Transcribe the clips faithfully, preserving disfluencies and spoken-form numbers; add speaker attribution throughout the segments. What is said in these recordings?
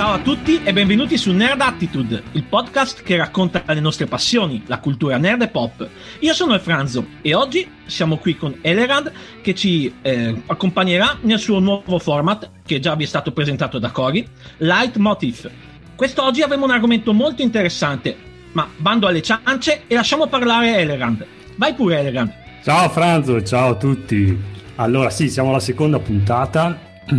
Speaker 1: Ciao a tutti e benvenuti su Nerd Attitude, il podcast che racconta le nostre passioni, la cultura nerd e pop. Io sono il Franzo e oggi siamo qui con Elerand che ci eh, accompagnerà nel suo nuovo format che già vi è stato presentato da Cory, Leitmotiv. Quest'oggi avremo un argomento molto interessante, ma bando alle ciance e lasciamo parlare Elerand. Vai pure Elerand.
Speaker 2: Ciao Franzo, ciao a tutti. Allora sì, siamo alla seconda puntata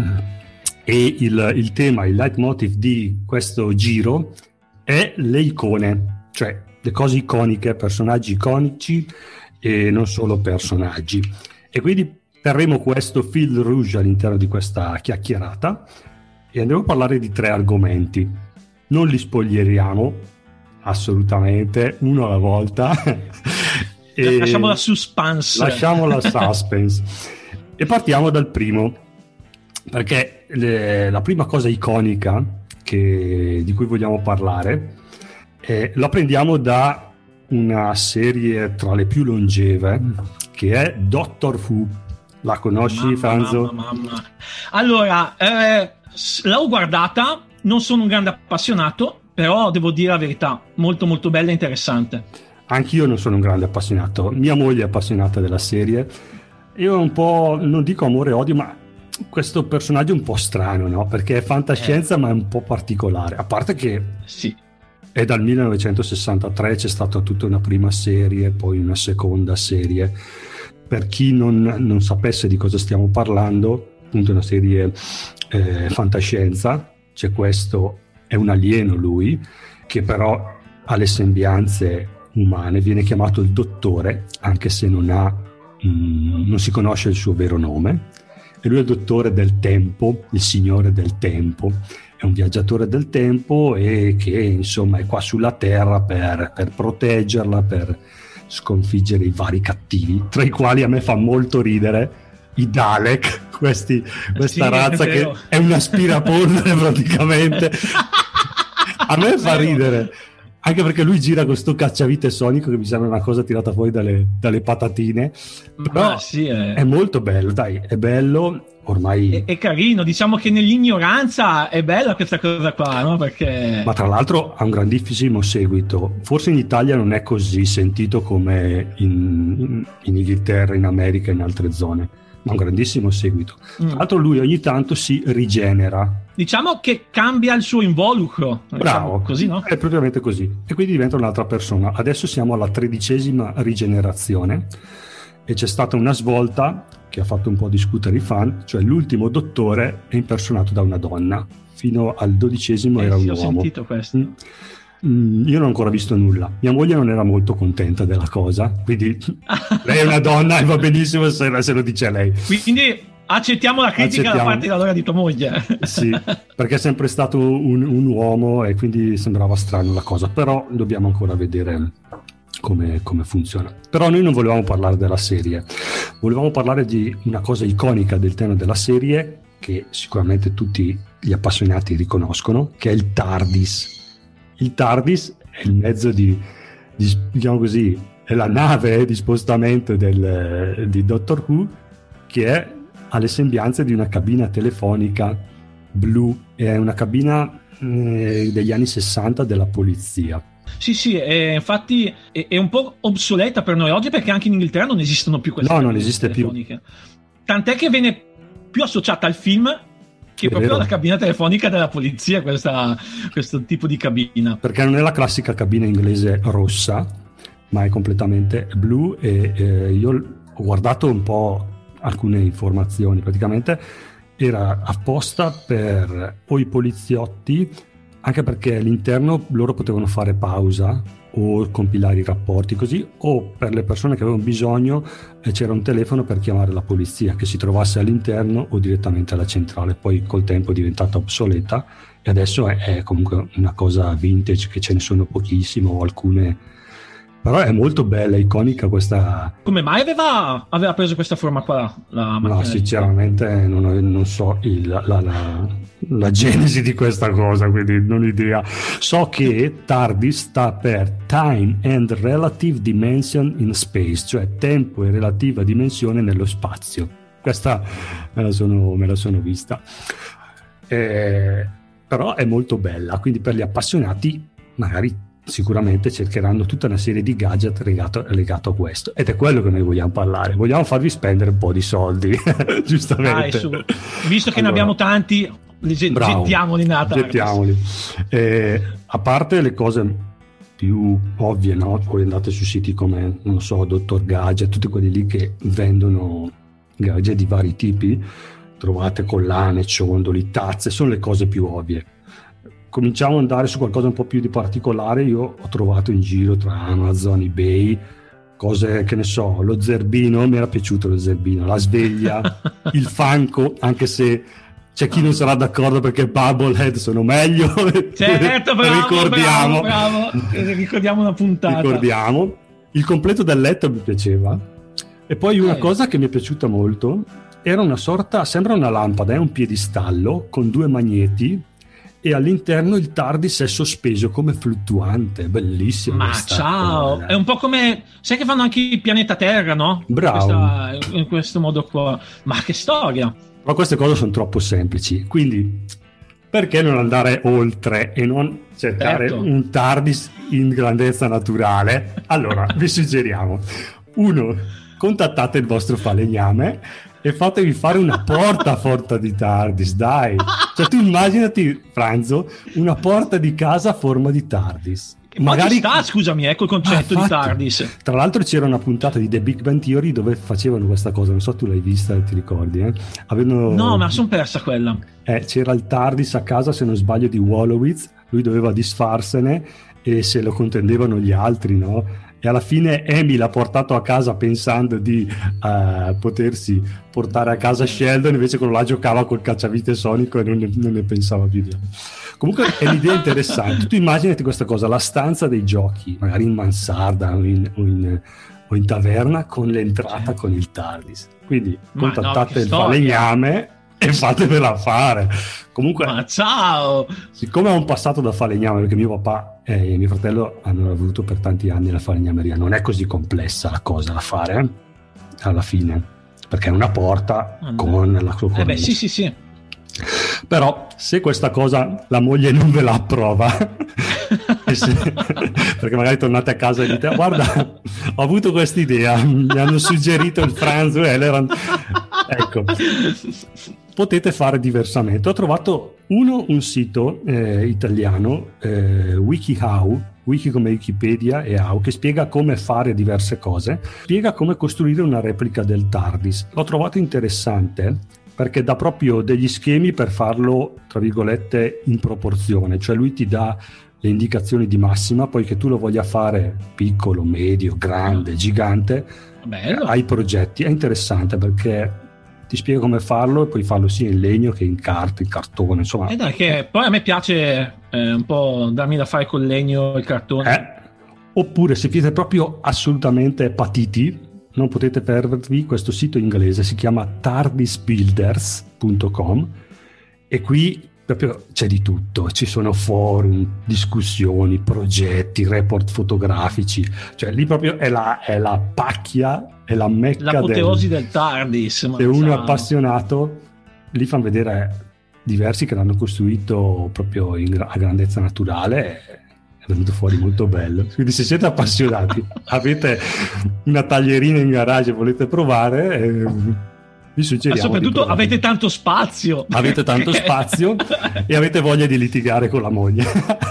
Speaker 2: e il, il tema, il leitmotiv di questo giro è le icone, cioè le cose iconiche, personaggi iconici e non solo personaggi. E quindi terremo questo fil rouge all'interno di questa chiacchierata e andremo a parlare di tre argomenti. Non li spoileriamo assolutamente, uno alla volta.
Speaker 1: E lasciamo la suspense.
Speaker 2: Lasciamo la suspense. E partiamo dal primo, perché le, la prima cosa iconica che, di cui vogliamo parlare eh, la prendiamo da una serie tra le più longeve che è Doctor Who. La conosci,
Speaker 1: mamma,
Speaker 2: Franzo?
Speaker 1: Mamma, mamma. Allora, eh, l'ho guardata, non sono un grande appassionato, però devo dire la verità, molto molto bella e interessante.
Speaker 2: Anch'io non sono un grande appassionato, mia moglie è appassionata della serie. Io un po', non dico amore e odio, ma questo personaggio è un po' strano, no? Perché è fantascienza, eh. ma è un po' particolare. A parte che
Speaker 1: sì.
Speaker 2: è dal millenovecentosessantatré, c'è stata tutta una prima serie, poi una seconda serie. Per chi non, non sapesse di cosa stiamo parlando, appunto una serie eh, fantascienza, c'è questo, è un alieno lui, che però ha le sembianze umane, viene chiamato il dottore, anche se non ha mh, non si conosce il suo vero nome, e lui è il dottore del tempo, il signore del tempo, è un viaggiatore del tempo e che insomma è qua sulla terra per, per proteggerla, per sconfiggere i vari cattivi, tra i quali a me fa molto ridere i Dalek, questi, questa
Speaker 1: sì,
Speaker 2: razza
Speaker 1: è
Speaker 2: che è un aspirapolvere praticamente. A me fa ridere, anche perché lui gira con sto cacciavite sonico che mi sembra una cosa tirata fuori dalle, dalle patatine. Però
Speaker 1: ah, sì, è...
Speaker 2: è molto bello, dai, è bello, ormai...
Speaker 1: È, è carino, diciamo che nell'ignoranza è bella questa cosa qua, no? Perché...
Speaker 2: Ma tra l'altro ha un grandissimo seguito, forse in Italia non è così sentito come in, in, in Inghilterra, in America e in altre zone, ma ha un grandissimo seguito.
Speaker 1: Mm.
Speaker 2: Tra l'altro lui ogni tanto si rigenera.
Speaker 1: Diciamo che cambia il suo involucro.
Speaker 2: Bravo,
Speaker 1: diciamo così, no?
Speaker 2: È proprio così. E quindi diventa un'altra persona. Adesso siamo alla tredicesima rigenerazione e c'è stata una svolta che ha fatto un po' discutere i fan, cioè l'ultimo dottore è impersonato da una donna. Fino al dodicesimo
Speaker 1: eh,
Speaker 2: era
Speaker 1: sì,
Speaker 2: un
Speaker 1: ho
Speaker 2: uomo.
Speaker 1: Sentito questo.
Speaker 2: Mm. Mm, io non ho ancora visto nulla. Mia moglie non era molto contenta della cosa, quindi lei è una donna e va benissimo se, se lo dice lei.
Speaker 1: Quindi accettiamo la critica
Speaker 2: accettiamo.
Speaker 1: da parte allora di tua moglie.
Speaker 2: Sì, perché è sempre stato un, un uomo e quindi sembrava strano la cosa, però dobbiamo ancora vedere come, come funziona. Però noi non volevamo parlare della serie, volevamo parlare di una cosa iconica del tema della serie che sicuramente tutti gli appassionati riconoscono, che è il TARDIS. Il TARDIS è il mezzo di, di diciamo così, è la nave di spostamento del, di Doctor Who, che è ha le sembianze di una cabina telefonica blu, è una cabina eh, degli anni sessanta della polizia.
Speaker 1: Sì, sì, eh, infatti è, è un po' obsoleta per noi oggi perché anche in Inghilterra non esistono più queste
Speaker 2: no,
Speaker 1: cabine
Speaker 2: non esiste
Speaker 1: telefoniche.
Speaker 2: più.
Speaker 1: Tant'è che viene più associata al film che
Speaker 2: È
Speaker 1: proprio
Speaker 2: vero.
Speaker 1: alla cabina telefonica della polizia, questa, questo tipo di cabina.
Speaker 2: Perché non è la classica cabina inglese rossa, ma è completamente blu e eh, io ho guardato un po' alcune informazioni, praticamente era apposta per o i poliziotti, anche perché all'interno loro potevano fare pausa o compilare i rapporti così, o per le persone che avevano bisogno eh, c'era un telefono per chiamare la polizia che si trovasse all'interno o direttamente alla centrale. Poi col tempo è diventata obsoleta e adesso è, è comunque una cosa vintage, che ce ne sono pochissime o alcune, però è molto bella, iconica questa.
Speaker 1: Come mai aveva, aveva preso questa forma qua la macchina?
Speaker 2: No, sinceramente non, ho, non so il, la, la, la genesi di questa cosa, quindi non ho idea. So che TARDIS sta per Time and Relative Dimension in Space, cioè tempo e relativa dimensione nello spazio. Questa me la sono, me la sono vista. Eh, però è molto bella, quindi per gli appassionati magari sicuramente cercheranno tutta una serie di gadget legato, legato a questo, ed è quello che noi vogliamo parlare, vogliamo farvi spendere un po' di soldi giustamente.
Speaker 1: Dai, su. Visto che allora, ne abbiamo tanti, li get-
Speaker 2: bravo,
Speaker 1: gettiamoli nella TARDIS.
Speaker 2: Gettiamoli. Eh, a parte le cose più ovvie, no? Poi andate su siti come, non so, Dottor Gadget, tutti quelli lì che vendono gadget di vari tipi, trovate collane, ciondoli, tazze, sono le cose più ovvie. Cominciamo ad andare su qualcosa un po' più di particolare. Io ho trovato in giro tra Amazon, eBay, cose, che ne so, lo zerbino, mi era piaciuto lo zerbino, la sveglia, il fanco, anche se c'è chi non sarà d'accordo perché Bubblehead sono meglio.
Speaker 1: Certo, bravo,
Speaker 2: ricordiamo,
Speaker 1: bravo, bravo. Ricordiamo una puntata.
Speaker 2: Ricordiamo. Il completo del letto mi piaceva. E poi una
Speaker 1: eh.
Speaker 2: cosa che mi è piaciuta molto, era una sorta, sembra una lampada, è un piedistallo con due magneti, e all'interno il TARDIS è sospeso come fluttuante, bellissimo.
Speaker 1: Ma ciao, cosa. È un po' come, sai che fanno anche il pianeta Terra, no?
Speaker 2: Bravo.
Speaker 1: In, questa, in questo modo qua. Ma che storia!
Speaker 2: Però queste cose sono troppo semplici, quindi perché non andare oltre e non cercare certo. un TARDIS in grandezza naturale? Allora, vi suggeriamo, uno, contattate il vostro falegname e fatevi fare una porta a forma di TARDIS, dai. Cioè tu immaginati, Franzo, una porta di casa a forma di TARDIS.
Speaker 1: Magari sta, scusami, ecco il concetto ah, di TARDIS.
Speaker 2: Tra l'altro c'era una puntata di The Big Bang Theory dove facevano questa cosa, non so tu l'hai vista, ti ricordi? Eh? Avevano...
Speaker 1: No, ma sono persa quella.
Speaker 2: Eh, c'era il TARDIS a casa, se non sbaglio, di Wolowitz, lui doveva disfarsene e se lo contendevano gli altri, no? E alla fine Amy l'ha portato a casa pensando di uh, potersi portare a casa Sheldon, invece quello là giocava col cacciavite sonico e non ne, non ne pensava più. Comunque è un'idea interessante. Tu immaginati questa cosa, la stanza dei giochi, magari in mansarda o in, o in, o in taverna, con l'entrata con il TARDIS. Quindi ma contattate no, il falegname e fatevela fare. Comunque,
Speaker 1: ma ciao!
Speaker 2: Siccome ho un passato da falegname, perché mio papà e mio fratello hanno avuto per tanti anni la falegnameria, non è così complessa la cosa da fare eh? alla fine, perché è una porta ah, con la sua cornice.
Speaker 1: Eh beh, sì, sì, sì.
Speaker 2: Però se questa cosa la moglie non ve la approva se, perché magari tornate a casa e dite guarda, ho avuto questa idea, mi hanno suggerito il Franz Ellerand, ecco, potete fare diversamente. Ho trovato uno un sito eh, italiano, eh, WikiHow, wiki come Wikipedia e How, che spiega come fare diverse cose, spiega come costruire una replica del TARDIS. L'ho trovato interessante perché dà proprio degli schemi per farlo, tra virgolette, in proporzione, cioè lui ti dà le indicazioni di massima, poi che tu lo voglia fare piccolo, medio, grande, gigante,
Speaker 1: bello.
Speaker 2: Hai progetti, è interessante perché ti spiega come farlo e puoi farlo sia in legno che in carta, in cartone, insomma.
Speaker 1: E dai, che poi a me piace eh, un po' darmi da fare col legno e il cartone.
Speaker 2: Eh? Oppure se siete proprio assolutamente patiti, non potete perdervi questo sito inglese, si chiama tardis builders punto com e qui proprio c'è di tutto, ci sono forum, discussioni, progetti, report fotografici, cioè lì proprio è la, è la pacchia, è la mecca,
Speaker 1: l'apoteosi del, del TARDIS.
Speaker 2: Se uno è appassionato, lì fanno vedere diversi che l'hanno costruito proprio in, a grandezza naturale. È venuto fuori molto bello, quindi se siete appassionati, avete una taglierina in garage e volete provare, eh, vi suggeriamo.
Speaker 1: Ma soprattutto avete tanto spazio,
Speaker 2: avete tanto spazio e avete voglia di litigare con la moglie.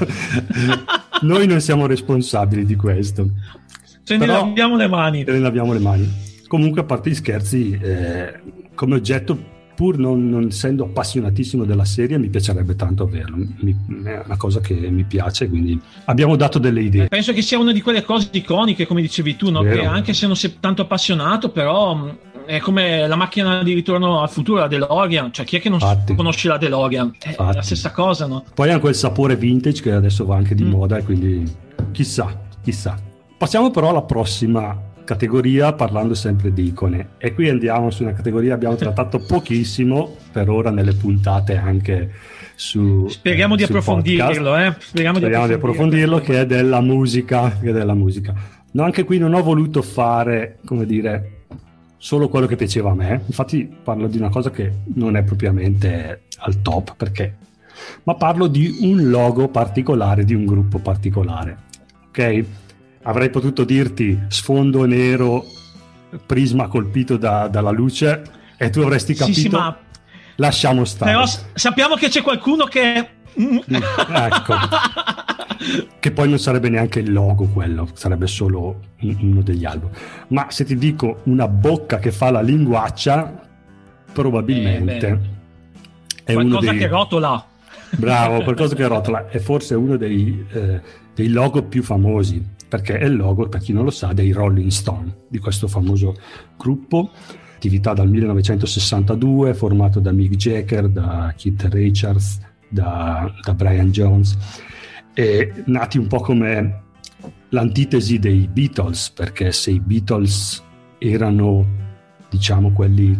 Speaker 2: Noi non siamo responsabili di questo,
Speaker 1: ce ne laviamo le mani.
Speaker 2: Ce ne laviamo le mani. Comunque, a parte gli scherzi, eh, come oggetto, pur non, non essendo appassionatissimo della serie, mi piacerebbe tanto averlo. Mi, è una cosa che mi piace, quindi abbiamo dato delle idee.
Speaker 1: Penso che sia una di quelle cose iconiche, come dicevi tu, no? Che anche se non sei tanto appassionato, però è come la macchina di Ritorno al futuro, la DeLorean. Cioè, chi è che non Infatti. conosce la DeLorean? È Infatti. la stessa cosa, no?
Speaker 2: Poi ha quel sapore vintage che adesso va anche di mm. moda, e quindi chissà, chissà. Passiamo però alla prossima categoria, parlando sempre di icone, e qui andiamo su una categoria che abbiamo trattato pochissimo per ora nelle puntate anche su
Speaker 1: speriamo eh, di approfondirlo eh? speriamo,
Speaker 2: speriamo di approfondirlo, che è della musica che è della musica no, anche qui non ho voluto fare, come dire, solo quello che piaceva a me. Infatti parlo di una cosa che non è propriamente al top, perché ma parlo di un logo particolare di un gruppo particolare, ok? Avrei potuto dirti sfondo nero, prisma colpito da, dalla luce, e tu avresti capito. Sì, sì, ma lasciamo stare.
Speaker 1: Però sappiamo che c'è qualcuno che
Speaker 2: ecco, che poi non sarebbe neanche il logo quello, sarebbe solo uno degli album. Ma se ti dico una bocca che fa la linguaccia, probabilmente
Speaker 1: eh,
Speaker 2: è
Speaker 1: qualcosa
Speaker 2: uno dei...
Speaker 1: che rotola.
Speaker 2: Bravo, qualcosa che rotola. È forse uno dei, eh, dei logo più famosi, perché è il logo, per chi non lo sa, dei Rolling Stone, di questo famoso gruppo, attività dal millenovecentosessantadue, formato da Mick Jagger, da Keith Richards, da, da Brian Jones, e nati un po' come l'antitesi dei Beatles, perché se i Beatles erano, diciamo, quelli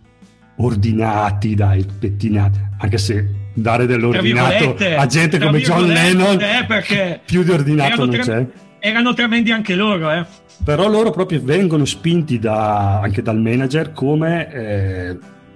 Speaker 2: ordinati, dai, pettinati, anche se dare dell'ordinato a gente come John Lennon,
Speaker 1: eh, perché
Speaker 2: più di ordinato non
Speaker 1: tre-
Speaker 2: c'è.
Speaker 1: Erano tremendi anche loro, eh.
Speaker 2: Però loro proprio vengono spinti da, anche dal manager come eh,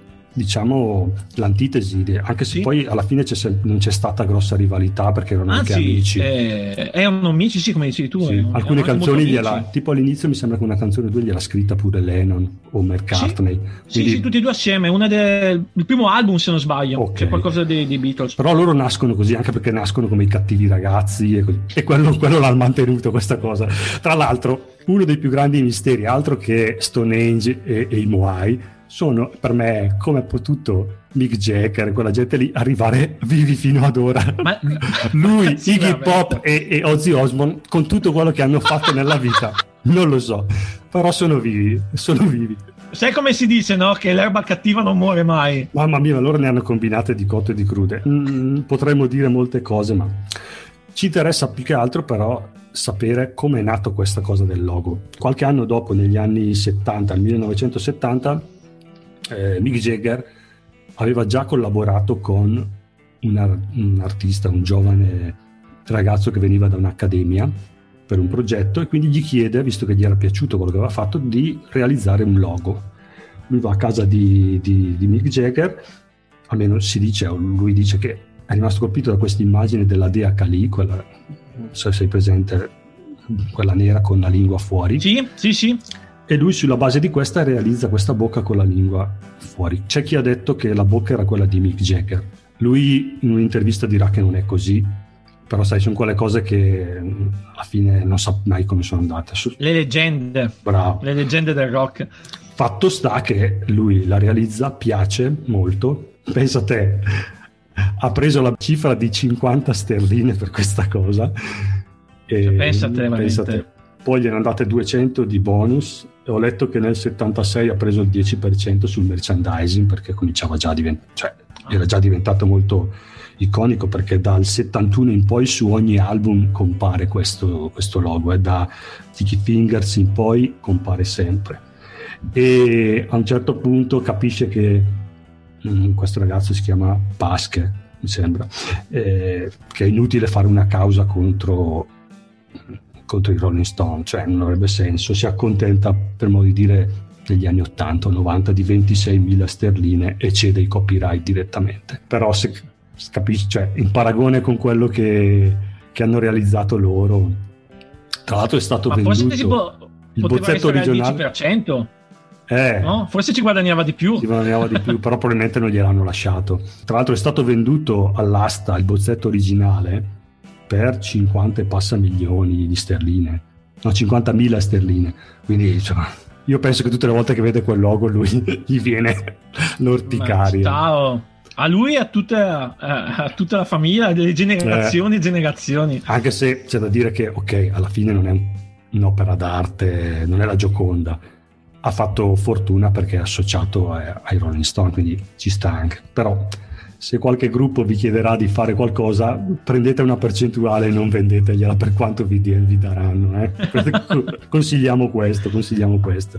Speaker 2: diciamo l'antitesi, anche se sì. Poi alla fine c'è, non c'è stata grossa rivalità, perché erano
Speaker 1: Anzi,
Speaker 2: anche amici
Speaker 1: eh, erano amici, sì, come dici tu,
Speaker 2: sì.
Speaker 1: erano,
Speaker 2: Alcune
Speaker 1: erano
Speaker 2: canzoni gliela, tipo all'inizio mi sembra che una canzone due gliela scritta pure Lennon o McCartney,
Speaker 1: sì,
Speaker 2: quindi...
Speaker 1: sì, sì, tutti e due assieme, una del il primo album se non sbaglio, okay. C'è qualcosa dei, dei Beatles,
Speaker 2: però loro nascono così, anche perché nascono come i cattivi ragazzi e, così. E quello, quello l'ha mantenuto, questa cosa. Tra l'altro uno dei più grandi misteri, altro che Stonehenge e, e i Moai, sono per me come ha potuto Mick Jagger, quella gente lì, arrivare vivi fino ad ora. Ma... lui, Iggy Pop e, e Ozzy Osbourne, con tutto quello che hanno fatto nella vita, non lo so, però sono vivi, sono vivi.
Speaker 1: Sai come si dice, no? Che l'erba cattiva non muore mai.
Speaker 2: Mamma mia, loro ne hanno combinate di cotte e di crude. Mm, potremmo dire molte cose, ma ci interessa più che altro però sapere come è nato questa cosa del logo. Qualche anno dopo, negli anni settanta, nel millenovecentosettanta, eh, Mick Jagger aveva già collaborato con una, un artista, un giovane ragazzo che veniva da un'accademia per un progetto, e quindi gli chiede, visto che gli era piaciuto quello che aveva fatto, di realizzare un logo. Lui va a casa di, di, di Mick Jagger, almeno si dice, lui dice che è rimasto colpito da questa immagine della dea Kali, quella, se sei presente, quella nera con la lingua fuori.
Speaker 1: Sì, sì, sì.
Speaker 2: E lui sulla base di questa realizza questa bocca con la lingua fuori. C'è chi ha detto che la bocca era quella di Mick Jagger. Lui in un'intervista dirà che non è così, però sai, sono quelle cose che alla fine non sa mai come sono andate.
Speaker 1: Le leggende.
Speaker 2: Bravo.
Speaker 1: Le leggende del rock.
Speaker 2: Fatto sta che lui la realizza, piace molto. Pensa a te, ha preso la cifra di cinquanta sterline per questa cosa. E
Speaker 1: cioè, pensa a te,
Speaker 2: pensa a te. Poi gliene andate duecento di bonus, e ho letto che nel settantasei ha preso il dieci per cento sul merchandising, perché cominciava già a diventare, cioè era già diventato molto iconico, perché dal settantuno in poi su ogni album compare questo, questo logo, e da Sticky Fingers in poi compare sempre. E a un certo punto capisce che mh, questo ragazzo si chiama Pasche, mi sembra, eh, che è inutile fare una causa contro contro i Rolling Stone, cioè non avrebbe senso, si accontenta, per modo di dire, negli anni ottanta o novanta di ventiseimila sterline e cede i copyright direttamente. Però se capisci, cioè in paragone con quello che, che hanno realizzato loro, tra l'altro è stato
Speaker 1: ma
Speaker 2: venduto
Speaker 1: forse tipo,
Speaker 2: il bozzetto originale
Speaker 1: al dieci per cento.
Speaker 2: Eh,
Speaker 1: no? Forse ci guadagnava di più.
Speaker 2: Ci guadagnava di più, però probabilmente non gliel'hanno lasciato. Tra l'altro è stato venduto all'asta il bozzetto originale per cinquanta e passa milioni di sterline, no, cinquantamila sterline. Quindi cioè, io penso che tutte le volte che vede quel logo lui gli viene l'orticaria.
Speaker 1: Ciao a lui e a tutta, a tutta la famiglia, delle generazioni e eh, generazioni.
Speaker 2: Anche se c'è da dire che ok, alla fine non è un'opera d'arte, non è la Gioconda, ha fatto fortuna perché è associato ai Rolling Stone, quindi ci sta anche. Però se qualche gruppo vi chiederà di fare qualcosa, prendete una percentuale e non vendetegliela per quanto vi, vi daranno. Eh? consigliamo questo, consigliamo questo.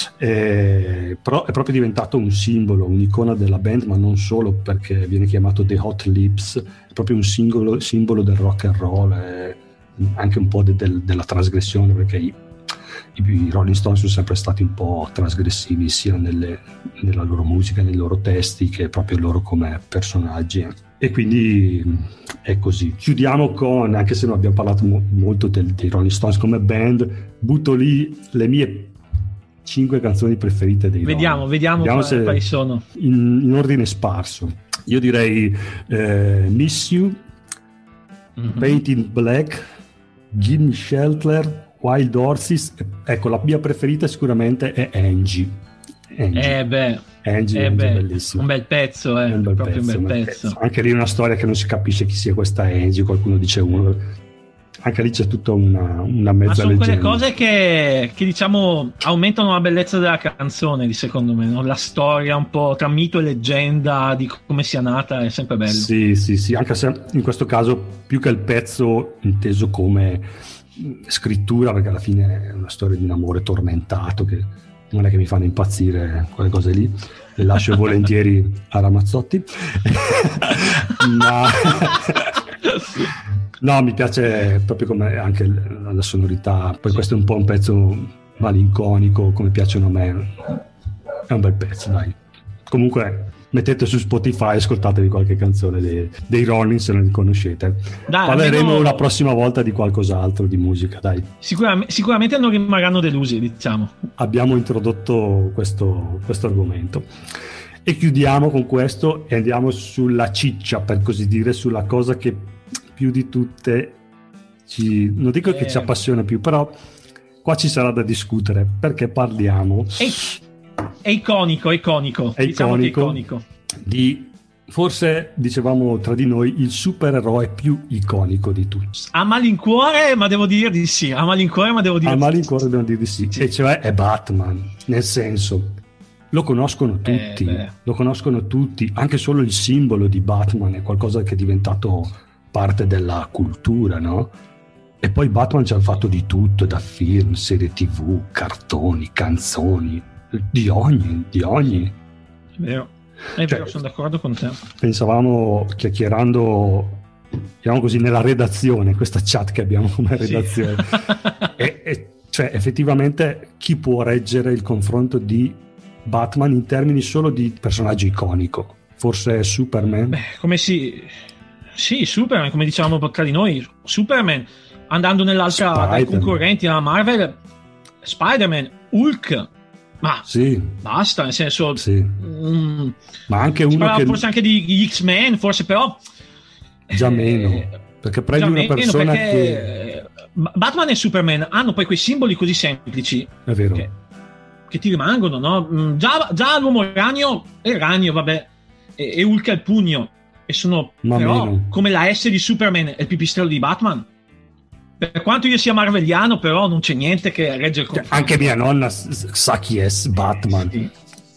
Speaker 2: Eh, però è proprio diventato un simbolo, un'icona della band, ma non solo, perché viene chiamato The Hot Lips, è proprio un singolo, simbolo del rock and roll, eh, anche un po' de, de, della trasgressione, perché i, i Rolling Stones sono sempre stati un po' trasgressivi sia nelle, nella loro musica, nei loro testi, che proprio loro come personaggi. e quindi è così. Chiudiamo con, anche se non abbiamo parlato mo- molto del, dei Rolling Stones come band, butto lì le mie cinque canzoni preferite dei
Speaker 1: vediamo
Speaker 2: Rolling.
Speaker 1: vediamo, vediamo quali, quali sono
Speaker 2: in, in ordine sparso. Io direi eh, Miss You, mm-hmm. Paint in Black, Give Me Shelter, Wild Horses. Ecco, la mia preferita sicuramente è Angie. Angie.
Speaker 1: Eh beh,
Speaker 2: Angie,
Speaker 1: eh
Speaker 2: Angie
Speaker 1: beh,
Speaker 2: bellissimo.
Speaker 1: Un bel pezzo, eh.
Speaker 2: un bel
Speaker 1: proprio
Speaker 2: pezzo,
Speaker 1: un bel
Speaker 2: un bel
Speaker 1: pezzo.
Speaker 2: pezzo. Anche lì una storia che non si capisce chi sia questa Angie, qualcuno dice uno. Anche lì c'è tutta una, una mezza
Speaker 1: Ma sono
Speaker 2: leggenda.
Speaker 1: quelle cose che, che diciamo aumentano la bellezza della canzone, di secondo me, no? La storia un po' tra mito e leggenda di come sia nata è sempre bello.
Speaker 2: Sì, sì, sì, anche se in questo caso più che il pezzo inteso come scrittura, perché alla fine è una storia di un amore tormentato che non è che mi fanno impazzire quelle cose lì, le lascio volentieri a Ramazzotti. Ma no, mi piace proprio come anche la sonorità, poi sì. Questo è un po' un pezzo malinconico come piacciono a me, è un bel pezzo, dai. Comunque mettete su Spotify e ascoltatevi qualche canzone dei, dei Rolling se non li conoscete. Dai, parleremo almeno... la prossima volta di qualcos'altro, di musica, dai.
Speaker 1: Sicuramente, sicuramente non rimarranno delusi, diciamo.
Speaker 2: Abbiamo introdotto questo, questo argomento e chiudiamo con questo e andiamo sulla ciccia, per così dire, sulla cosa che più di tutte ci, non dico eh. che ci appassiona più, però qua ci sarà da discutere, perché parliamo
Speaker 1: è, è iconico, è iconico,
Speaker 2: è
Speaker 1: diciamo
Speaker 2: iconico,
Speaker 1: che è iconico
Speaker 2: di forse, dicevamo tra di noi, il supereroe più iconico di tutti.
Speaker 1: A malincuore, ma devo dire di sì, a malincuore, ma devo dire
Speaker 2: a
Speaker 1: di
Speaker 2: malincuore
Speaker 1: sì.
Speaker 2: devo dire di sì, sì. E cioè è Batman, nel senso lo conoscono tutti,
Speaker 1: eh,
Speaker 2: lo conoscono tutti, anche solo il simbolo di Batman è qualcosa che è diventato parte della cultura, no? E poi Batman ci ha fatto di tutto, da film, serie tv, cartoni, canzoni, di ogni, di ogni.
Speaker 1: È vero, è vero, cioè, sono d'accordo con te.
Speaker 2: Pensavamo, chiacchierando, diciamo così, nella redazione, questa chat che abbiamo come redazione, sì. e, e, cioè effettivamente chi può reggere il confronto di Batman in termini solo di personaggio iconico? Forse Superman?
Speaker 1: Beh, come si... Sì, Superman, come dicevamo tra di noi, Superman, andando nell'altra
Speaker 2: Spider-Man.
Speaker 1: dai concorrenti nella Marvel, Spider-Man, Hulk, ma
Speaker 2: sì.
Speaker 1: basta, nel senso...
Speaker 2: Sì.
Speaker 1: Mm,
Speaker 2: ma anche uno che...
Speaker 1: Forse anche di, di X-Men, forse però...
Speaker 2: Già meno, eh, perché prendi una persona
Speaker 1: perché
Speaker 2: che...
Speaker 1: Batman e Superman hanno poi quei simboli così semplici.
Speaker 2: È vero.
Speaker 1: Che, che ti rimangono, no? Già, già l'uomo ragno è il ragno, vabbè, e, e Hulk è il pugno. E sono
Speaker 2: Ma
Speaker 1: però
Speaker 2: meno.
Speaker 1: Come la S di Superman e il pipistrello di Batman. Per quanto io sia marveliano, però non c'è niente che regge il confronto.
Speaker 2: Anche mia nonna sa chi è Batman,
Speaker 1: sì.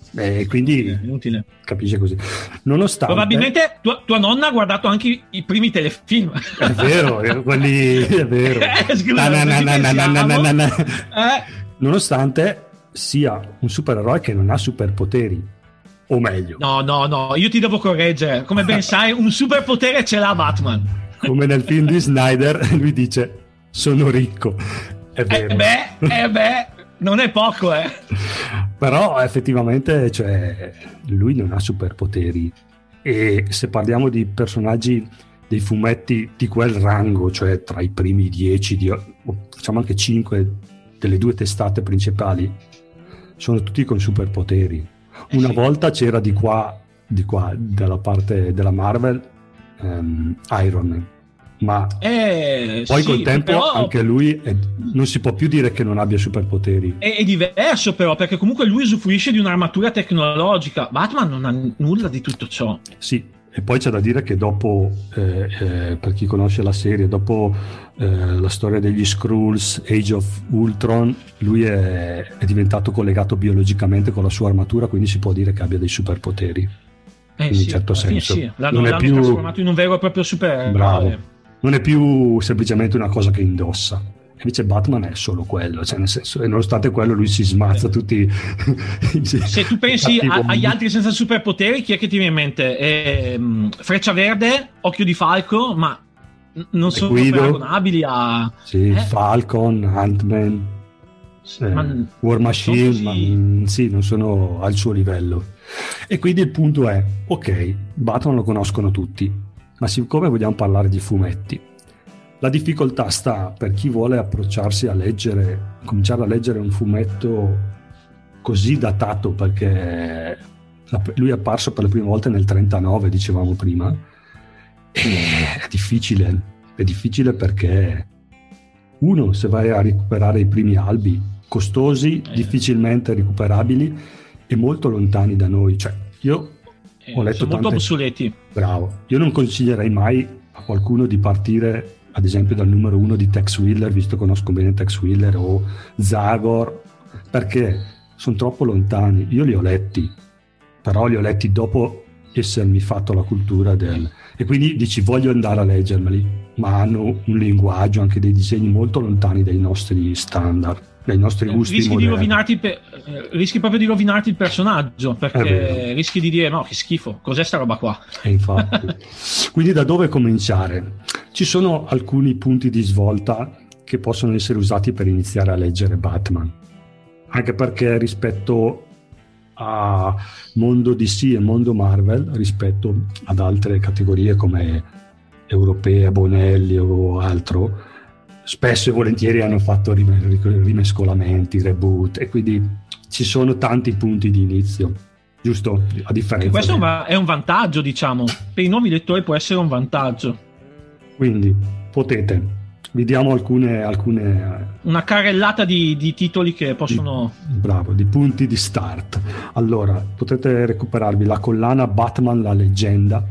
Speaker 2: E quindi
Speaker 1: è inutile.
Speaker 2: Capisce così. Nonostante
Speaker 1: probabilmente tua, tua nonna ha guardato anche i, i primi telefilm.
Speaker 2: È vero, quelli è vero.
Speaker 1: Eh, scusa, na, na, na, na, na, na, na, na. Eh.
Speaker 2: Nonostante sia un supereroe che non ha superpoteri. O meglio,
Speaker 1: no, no, no, io ti devo correggere. Come ben sai, un superpotere ce l'ha Batman.
Speaker 2: Come nel film di Snyder, lui dice: sono ricco. È vero.
Speaker 1: Eh beh, eh beh, non è poco, eh.
Speaker 2: Però effettivamente, cioè, lui non ha superpoteri. E se parliamo di personaggi dei fumetti di quel rango, cioè tra i primi dieci, di, facciamo anche cinque delle due testate principali, sono tutti con superpoteri. Una eh sì. volta c'era di qua, di qua, dalla parte della Marvel, um, Iron Man, ma
Speaker 1: eh,
Speaker 2: poi
Speaker 1: sì,
Speaker 2: col tempo
Speaker 1: però...
Speaker 2: anche lui è, non si può più dire che non abbia superpoteri.
Speaker 1: È, è diverso però, perché comunque lui usufruisce di un'armatura tecnologica. Batman non ha nulla di tutto ciò.
Speaker 2: Sì, e poi c'è da dire che dopo, eh, eh, per chi conosce la serie, dopo eh, la storia degli Skrulls, Age of Ultron, lui è, è diventato collegato biologicamente con la sua armatura, quindi si può dire che abbia dei superpoteri.
Speaker 1: Eh
Speaker 2: in
Speaker 1: sì,
Speaker 2: un certo senso.
Speaker 1: Sì. L'hanno, non è l'hanno più trasformato in un vero e proprio supereroe.
Speaker 2: Bravo. Non è più semplicemente una cosa che indossa. Invece Batman è solo quello, cioè nel senso, e nonostante quello lui si smazza eh. tutti.
Speaker 1: Se tu pensi a, agli altri senza superpoteri, chi è che ti viene in mente? Eh, Freccia Verde, Occhio di Falco, ma non sono paragonabili a
Speaker 2: sì,
Speaker 1: eh?
Speaker 2: Falcon, Ant-Man, eh,
Speaker 1: ma,
Speaker 2: War Machine,
Speaker 1: così...
Speaker 2: ma sì, non sono al suo livello. E quindi il punto è: ok, Batman lo conoscono tutti, ma siccome vogliamo parlare di fumetti, la difficoltà sta per chi vuole approcciarsi a leggere, cominciare a leggere un fumetto così datato, perché lui è apparso per le prime volte nel trentanove, dicevamo prima, e è difficile, è difficile perché uno, se vai a recuperare i primi albi, costosi, eh. difficilmente recuperabili e molto lontani da noi, cioè io eh, ho letto
Speaker 1: sono
Speaker 2: tante...
Speaker 1: molto obsoleti.
Speaker 2: Bravo, io non consiglierei mai a qualcuno di partire ad esempio dal numero uno di Tex Willer, visto che conosco bene Tex Willer, o Zagor, perché sono troppo lontani. Io li ho letti, però li ho letti dopo essermi fatto la cultura del... E quindi dici voglio andare a leggermeli, ma hanno un linguaggio, anche dei disegni molto lontani dai nostri standard, dai nostri gusti
Speaker 1: rischi
Speaker 2: moderni.
Speaker 1: Di rovinarti per, rischi proprio di rovinarti il personaggio, perché rischi di dire no, che schifo, cos'è sta roba qua?
Speaker 2: E infatti. Quindi da dove cominciare? Ci sono alcuni punti di svolta che possono essere usati per iniziare a leggere Batman, anche perché rispetto a mondo D C e mondo Marvel, rispetto ad altre categorie come europee, Bonelli o altro, spesso e volentieri hanno fatto rimescolamenti, reboot, e quindi ci sono tanti punti di inizio, giusto? A differenza
Speaker 1: e questo
Speaker 2: di...
Speaker 1: è un vantaggio, diciamo, per i nuovi lettori può essere un vantaggio.
Speaker 2: Quindi potete, vi diamo alcune, alcune
Speaker 1: una carrellata di, di titoli che possono
Speaker 2: di, bravo, di punti di start. Allora, potete recuperarvi la collana Batman la leggenda,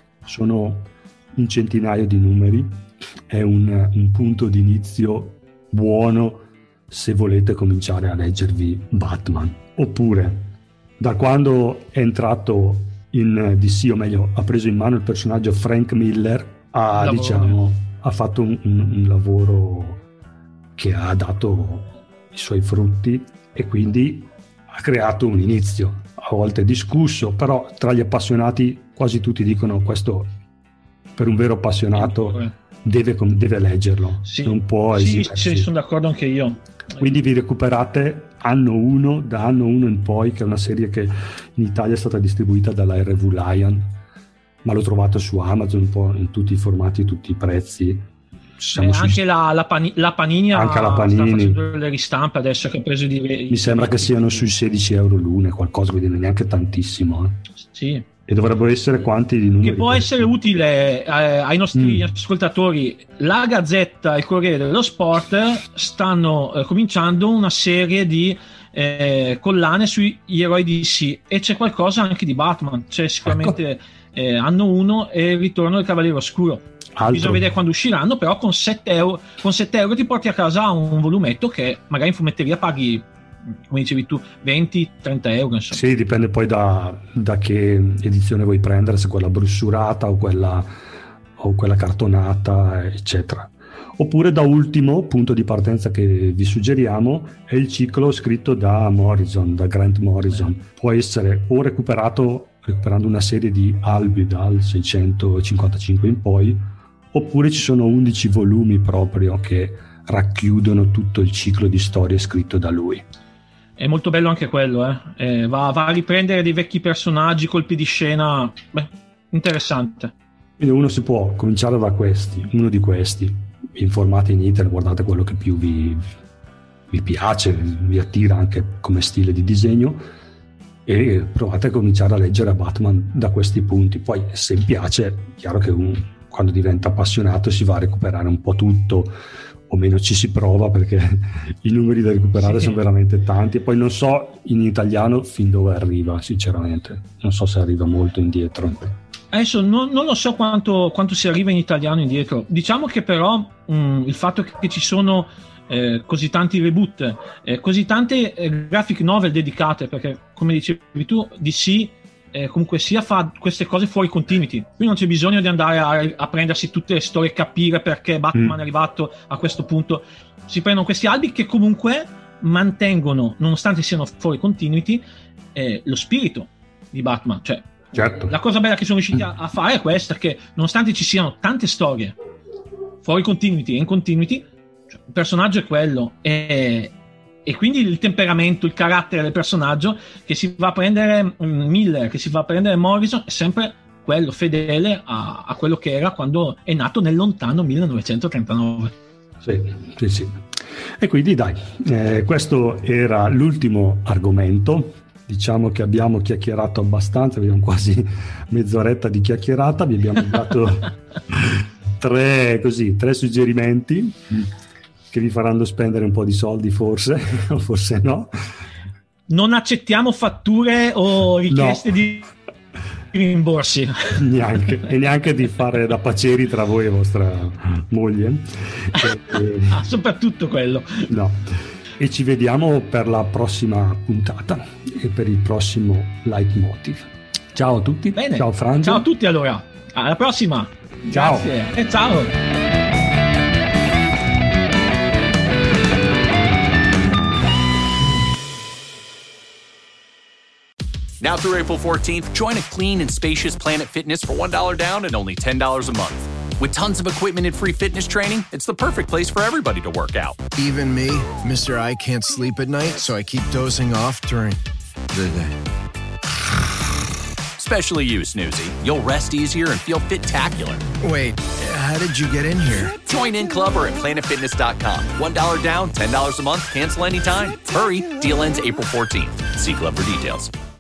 Speaker 2: sono un centinaio di numeri, è un, un punto di inizio buono se volete cominciare a leggervi Batman. Oppure, da quando è entrato in D C, o meglio ha preso in mano il personaggio Frank Miller, ha, diciamo, ha fatto un, un, un lavoro che ha dato i suoi frutti, e quindi ha creato un inizio, a volte discusso, però tra gli appassionati quasi tutti dicono questo per un vero appassionato deve, deve leggerlo,
Speaker 1: sì,
Speaker 2: non può
Speaker 1: sì,
Speaker 2: esimersi.
Speaker 1: Sì, sono d'accordo anche io.
Speaker 2: Quindi vi recuperate Anno uno, da Anno uno in poi, che è una serie che in Italia è stata distribuita dalla R V Lion, ma l'ho trovato su Amazon un po' in tutti i formati, tutti i prezzi.
Speaker 1: Eh, anche sui... la, la, Pani, la Panini
Speaker 2: anche la Panini
Speaker 1: sta facendo le ristampe adesso, che ha preso di...
Speaker 2: mi sembra che siano sui sedici euro l'una, qualcosa, quindi neanche tantissimo, eh.
Speaker 1: Sì.
Speaker 2: E dovrebbero essere quanti di numeri?
Speaker 1: Che può essere utile eh, ai nostri mm. ascoltatori. La Gazzetta e il Corriere dello Sport stanno eh, cominciando una serie di eh, collane sugli eroi D C, e c'è qualcosa anche di Batman. C'è sicuramente ecco. eh, Anno uno e il ritorno del Cavaliere Oscuro. Altro. Bisogna vedere quando usciranno, però con sette euro, con sette euro ti porti a casa un volumetto che magari in fumetteria paghi, come dicevi tu, venti trenta euro, insomma. Sì,
Speaker 2: dipende poi da, da che edizione vuoi prendere, se quella brussurata o quella, o quella cartonata, eccetera. Oppure, da ultimo punto di partenza che vi suggeriamo, è il ciclo scritto da Morrison, da Grant Morrison. Può essere o recuperato recuperando una serie di albi dal seicentocinquantacinque in poi, oppure ci sono undici volumi proprio che racchiudono tutto il ciclo di storie scritto da lui.
Speaker 1: È molto bello anche quello, eh? Eh, va, va a riprendere dei vecchi personaggi, colpi di scena, beh, interessante.
Speaker 2: Quindi uno si può cominciare da questi, uno di questi, informate in internet, guardate quello che più vi, vi piace, vi attira anche come stile di disegno, e provate a cominciare a leggere Batman da questi punti. Poi, se vi piace, chiaro che un, quando diventa appassionato si va a recuperare un po' tutto, o meno ci si prova, perché i numeri da recuperare sì. sono veramente tanti, e poi non so in italiano fin dove arriva, sinceramente non so se arriva molto indietro.
Speaker 1: Adesso non, non lo so quanto, quanto si arriva in italiano indietro. Diciamo che però mh, il fatto che ci sono eh, così tanti reboot, eh, così tante eh, graphic novel dedicate, perché come dicevi tu D C eh, comunque sia fa queste cose fuori continuity, quindi non c'è bisogno di andare a, a prendersi tutte le storie, capire perché Batman mm. è arrivato a questo punto. Si prendono questi albi che comunque mantengono, nonostante siano fuori continuity, eh, lo spirito di Batman. Cioè,
Speaker 2: certo.
Speaker 1: La cosa bella che sono riusciti a, a fare è questa, che nonostante ci siano tante storie fuori continuity e in continuity, cioè, il personaggio è quello, e, e quindi il temperamento, il carattere del personaggio che si va a prendere Miller, che si va a prendere Morrison, è sempre quello fedele a, a quello che era quando è nato nel lontano millenovecentotrentanove.
Speaker 2: Sì, sì, sì. E quindi dai, eh, questo era l'ultimo argomento. Diciamo che abbiamo chiacchierato abbastanza, abbiamo quasi mezz'oretta di chiacchierata, vi abbiamo dato tre, così, tre suggerimenti che vi faranno spendere un po' di soldi forse, o forse no.
Speaker 1: Non accettiamo fatture o richieste no. di rimborsi.
Speaker 2: Neanche, e neanche di fare da paceri tra voi e vostra moglie. E,
Speaker 1: ah, soprattutto quello.
Speaker 2: No. E ci vediamo per la prossima puntata e per il prossimo leitmotiv. Ciao a tutti.
Speaker 1: Bene.
Speaker 2: Ciao Franzo.
Speaker 1: Ciao a tutti allora. Alla prossima.
Speaker 2: Ciao.
Speaker 1: Grazie. E ciao.
Speaker 3: Now through April fourteenth, join a clean and spacious Planet Fitness for one dollar down and only ten dollars a month. With tons of equipment and free fitness training, it's the perfect place for everybody to work out.
Speaker 4: Even me, Mister I can't sleep at night, so I keep dozing off during the day.
Speaker 3: Especially you, Snoozy. You'll rest easier and feel fit-tacular.
Speaker 4: Wait, how did you get in here?
Speaker 3: Join in club or at planet fitness dot com. one dollar down, ten dollars a month, cancel anytime. Hurry, deal ends April fourteenth. See club for details.